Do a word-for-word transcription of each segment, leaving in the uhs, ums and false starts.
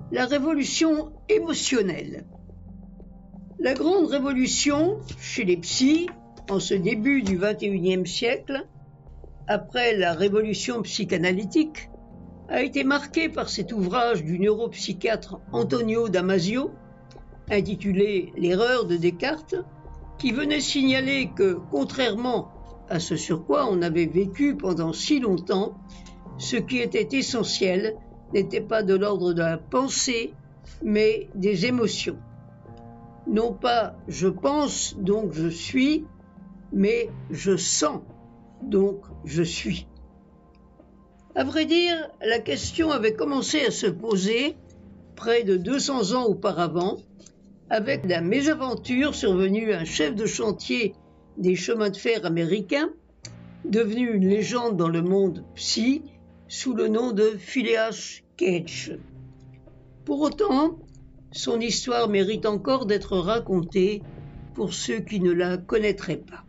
La révolution émotionnelle. La grande révolution chez les psys, en ce début du vingt et unième siècle, après la révolution psychanalytique, a été marquée par cet ouvrage du neuropsychiatre Antonio Damasio, intitulé « L'erreur de Descartes », qui venait signaler que, contrairement à ce sur quoi on avait vécu pendant si longtemps, ce qui était essentiel n'était pas de l'ordre de la pensée, mais des émotions. Non pas « je pense, donc je suis », mais « je sens, donc je suis ». À vrai dire, la question avait commencé à se poser près de deux cents ans auparavant, avec la mésaventure survenue à un chef de chantier des chemins de fer américains, devenu une légende dans le monde psy, sous le nom de Phileas Cage. Pour autant, son histoire mérite encore d'être racontée pour ceux qui ne la connaîtraient pas.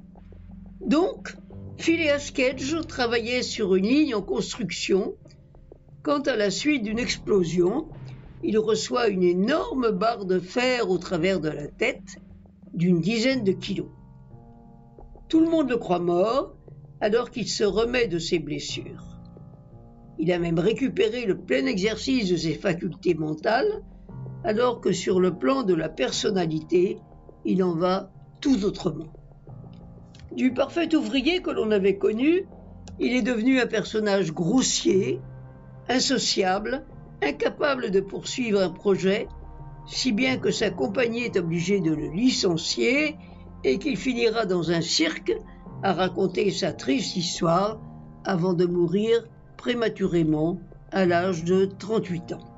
Donc, Phileas Cage travaillait sur une ligne en construction quand, à la suite d'une explosion, il reçoit une énorme barre de fer au travers de la tête d'une dizaine de kilos. Tout le monde le croit mort alors qu'il se remet de ses blessures. Il a même récupéré le plein exercice de ses facultés mentales, alors que sur le plan de la personnalité, il en va tout autrement. Du parfait ouvrier que l'on avait connu, il est devenu un personnage grossier, insociable, incapable de poursuivre un projet, si bien que sa compagnie est obligée de le licencier et qu'il finira dans un cirque à raconter sa triste histoire avant de mourir prématurément à l'âge de trente-huit ans.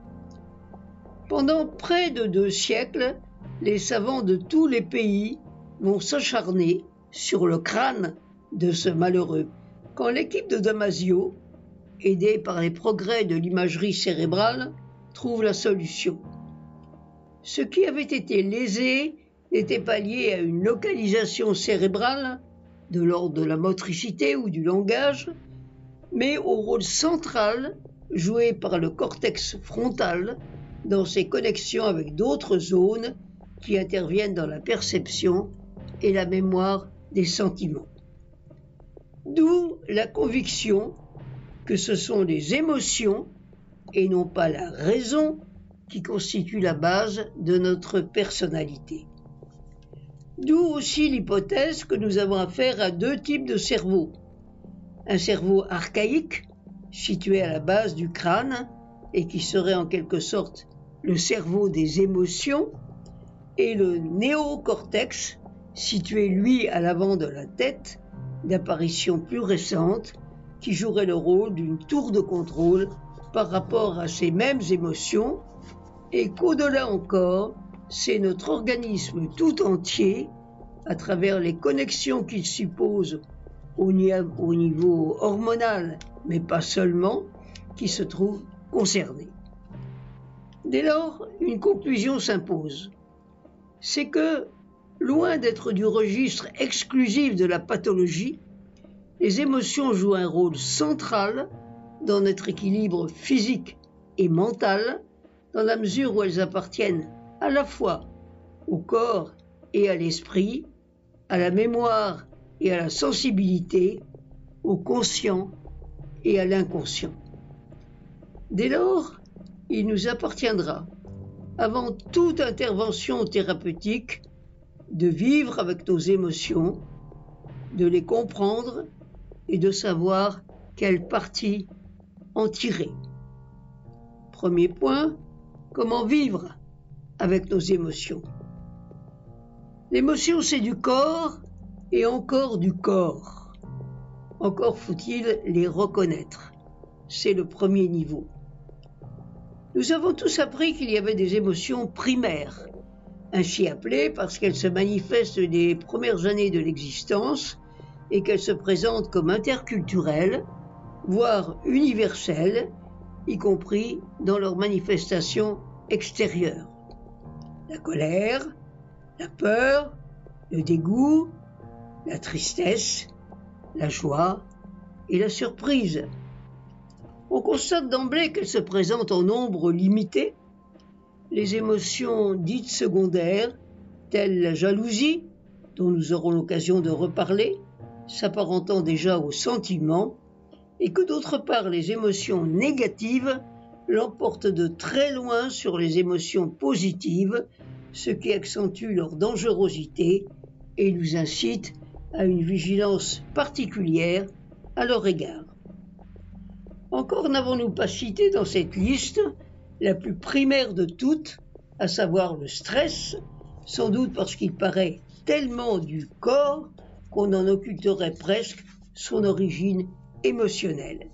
Pendant près de deux siècles, les savants de tous les pays vont s'acharner sur le crâne de ce malheureux. Quand l'équipe de Damasio, aidée par les progrès de l'imagerie cérébrale, trouve la solution. Ce qui avait été lésé n'était pas lié à une localisation cérébrale, de l'ordre de la motricité ou du langage, mais au rôle central joué par le cortex frontal dans ses connexions avec d'autres zones qui interviennent dans la perception et la mémoire des sentiments. D'où la conviction que ce sont les émotions et non pas la raison qui constituent la base de notre personnalité. D'où aussi l'hypothèse que nous avons affaire à deux types de cerveaux. Un cerveau archaïque, situé à la base du crâne et qui serait en quelque sorte le cerveau des émotions, et le néocortex, situé lui à l'avant de la tête, d'apparition plus récente, qui jouerait le rôle d'une tour de contrôle par rapport à ces mêmes émotions, et qu'au-delà encore, c'est notre organisme tout entier, à travers les connexions qu'il suppose au niveau hormonal, mais pas seulement, qui se trouve concerné. Dès lors, une conclusion s'impose. C'est que, loin d'être du registre exclusif de la pathologie, les émotions jouent un rôle central dans notre équilibre physique et mental, dans la mesure où elles appartiennent à la fois au corps et à l'esprit, à la mémoire et à la sensibilité, au conscient et à l'inconscient. Dès lors, il nous appartiendra, avant toute intervention thérapeutique, de vivre avec nos émotions, de les comprendre et de savoir quelle partie en tirer. Premier point, comment vivre avec nos émotions. L'émotion, c'est du corps et encore du corps. Encore faut-il les reconnaître. C'est le premier niveau. Nous avons tous appris qu'il y avait des émotions primaires, ainsi appelées parce qu'elles se manifestent des premières années de l'existence et qu'elles se présentent comme interculturelles, voire universelles, y compris dans leurs manifestations extérieures. La colère, la peur, le dégoût, la tristesse, la joie et la surprise. On constate d'emblée qu'elles se présentent en nombre limité. Les émotions dites secondaires, telles la jalousie, dont nous aurons l'occasion de reparler, s'apparentant déjà aux sentiments, et que d'autre part les émotions négatives l'emportent de très loin sur les émotions positives, ce qui accentue leur dangerosité et nous incite à une vigilance particulière à leur égard. Encore n'avons-nous pas cité dans cette liste la plus primaire de toutes, à savoir le stress, sans doute parce qu'il paraît tellement du corps qu'on en occulterait presque son origine émotionnelle.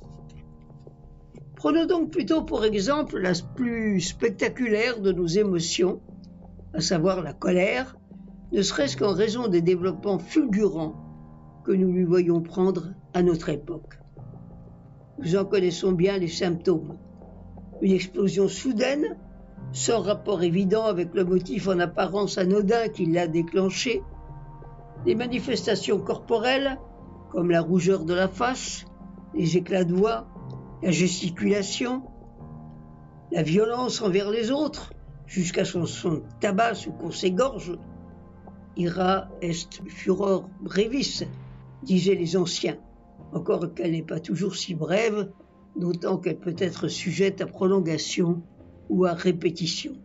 Prenons donc plutôt pour exemple la plus spectaculaire de nos émotions, à savoir la colère, ne serait-ce qu'en raison des développements fulgurants que nous lui voyons prendre à notre époque. Nous en connaissons bien les symptômes. Une explosion soudaine, sans rapport évident avec le motif en apparence anodin qui l'a déclenché, des manifestations corporelles, comme la rougeur de la face, les éclats de voix, la gesticulation, la violence envers les autres, jusqu'à son son tabasse ou qu'on s'égorge. Ira est furor brevis, disaient les anciens, encore qu'elle n'est pas toujours si brève, d'autant qu'elle peut être sujette à prolongation ou à répétition.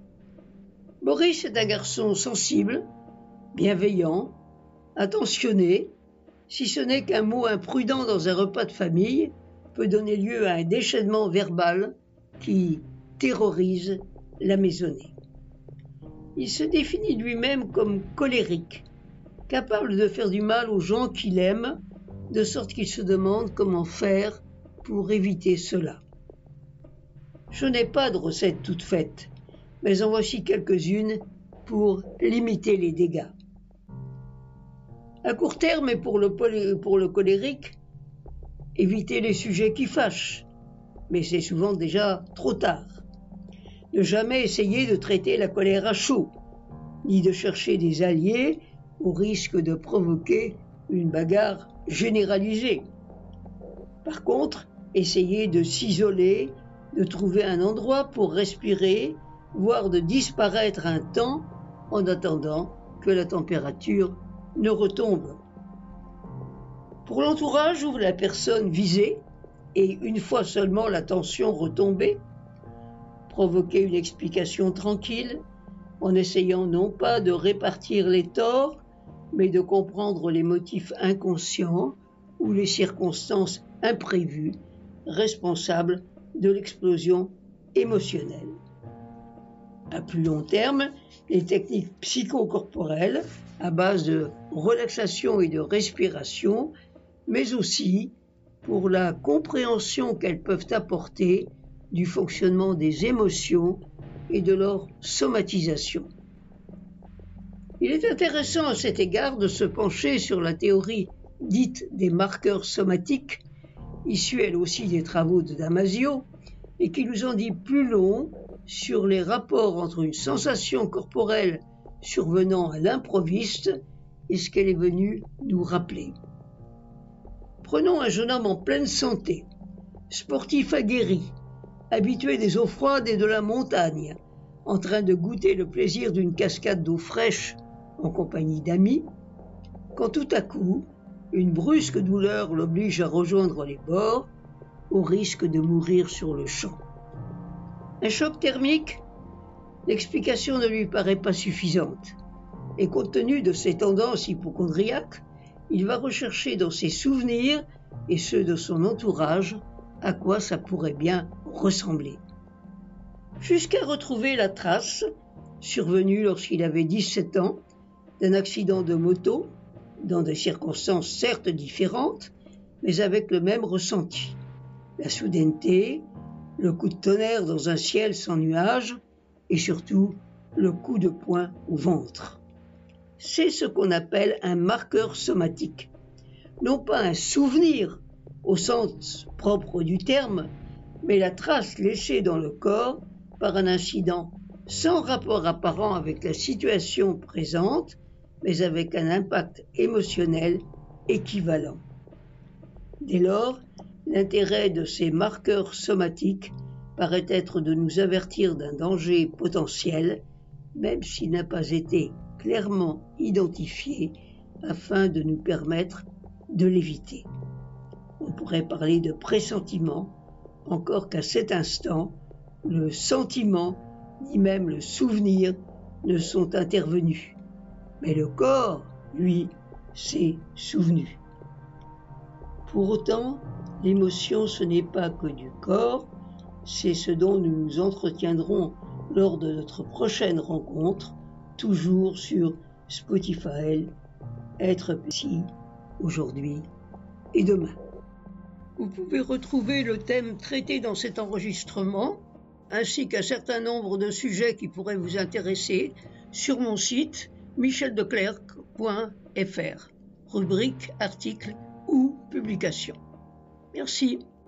Maurice est un garçon sensible, bienveillant, attentionné, si ce n'est qu'un mot imprudent dans un repas de famille peut donner lieu à un déchaînement verbal qui terrorise la maisonnée. Il se définit lui-même comme colérique, capable de faire du mal aux gens qu'il aime, de sorte qu'il se demande comment faire pour éviter cela. Je n'ai pas de recette toute faite, mais en voici quelques-unes pour limiter les dégâts. À court terme et pour le, pour le colérique, éviter les sujets qui fâchent, mais c'est souvent déjà trop tard. Ne jamais essayer de traiter la colère à chaud, ni de chercher des alliés au risque de provoquer une bagarre généralisée. Par contre, essayer de s'isoler, de trouver un endroit pour respirer, voire de disparaître un temps en attendant que la température ne retombe. Pour l'entourage ou la personne visée, et une fois seulement la tension retombée, provoquer une explication tranquille, en essayant non pas de répartir les torts, mais de comprendre les motifs inconscients ou les circonstances imprévues responsables de l'explosion émotionnelle. À plus long terme, les techniques psychocorporelles à base de relaxation et de respiration, mais aussi pour la compréhension qu'elles peuvent apporter du fonctionnement des émotions et de leur somatisation. Il est intéressant à cet égard de se pencher sur la théorie dite des marqueurs somatiques, issue elle aussi des travaux de Damasio, et qui nous en dit plus long sur les rapports entre une sensation corporelle survenant à l'improviste et ce qu'elle est venue nous rappeler. Prenons un jeune homme en pleine santé, sportif aguerri, habitué des eaux froides et de la montagne, en train de goûter le plaisir d'une cascade d'eau fraîche en compagnie d'amis, quand tout à coup, une brusque douleur l'oblige à rejoindre les bords, au risque de mourir sur le champ. Un choc thermique? L'explication ne lui paraît pas suffisante, et compte tenu de ses tendances hypocondriaques, il va rechercher dans ses souvenirs et ceux de son entourage à quoi ça pourrait bien ressembler. Jusqu'à retrouver la trace, survenue lorsqu'il avait dix-sept ans, d'un accident de moto, dans des circonstances certes différentes, mais avec le même ressenti. La soudaineté, le coup de tonnerre dans un ciel sans nuages, et surtout le coup de poing au ventre. C'est ce qu'on appelle un marqueur somatique. Non pas un souvenir au sens propre du terme, mais la trace laissée dans le corps par un incident sans rapport apparent avec la situation présente, mais avec un impact émotionnel équivalent. Dès lors, L'intérêt de ces marqueurs somatiques paraît être de nous avertir d'un danger potentiel, même s'il n'a pas été clairement identifié, afin de nous permettre de l'éviter. On pourrait parler de pressentiment, encore qu'à cet instant, le sentiment ni même le souvenir ne sont intervenus. Mais le corps, lui, s'est souvenu. Pour autant, l'émotion, ce n'est pas que du corps, c'est ce dont nous nous entretiendrons lors de notre prochaine rencontre, toujours sur Spotify, Être ici, aujourd'hui et demain. Vous pouvez retrouver le thème traité dans cet enregistrement, ainsi qu'un certain nombre de sujets qui pourraient vous intéresser, sur mon site michel de clercq point f r, rubrique articles ou publications. Merci.